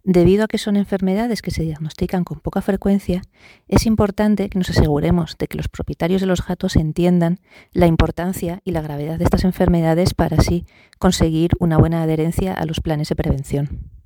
Debido a que son enfermedades que se diagnostican con poca frecuencia, es importante que nos aseguremos de que los propietarios de los gatos entiendan la importancia y la gravedad de estas enfermedades para así conseguir una buena adherencia a los planes de prevención.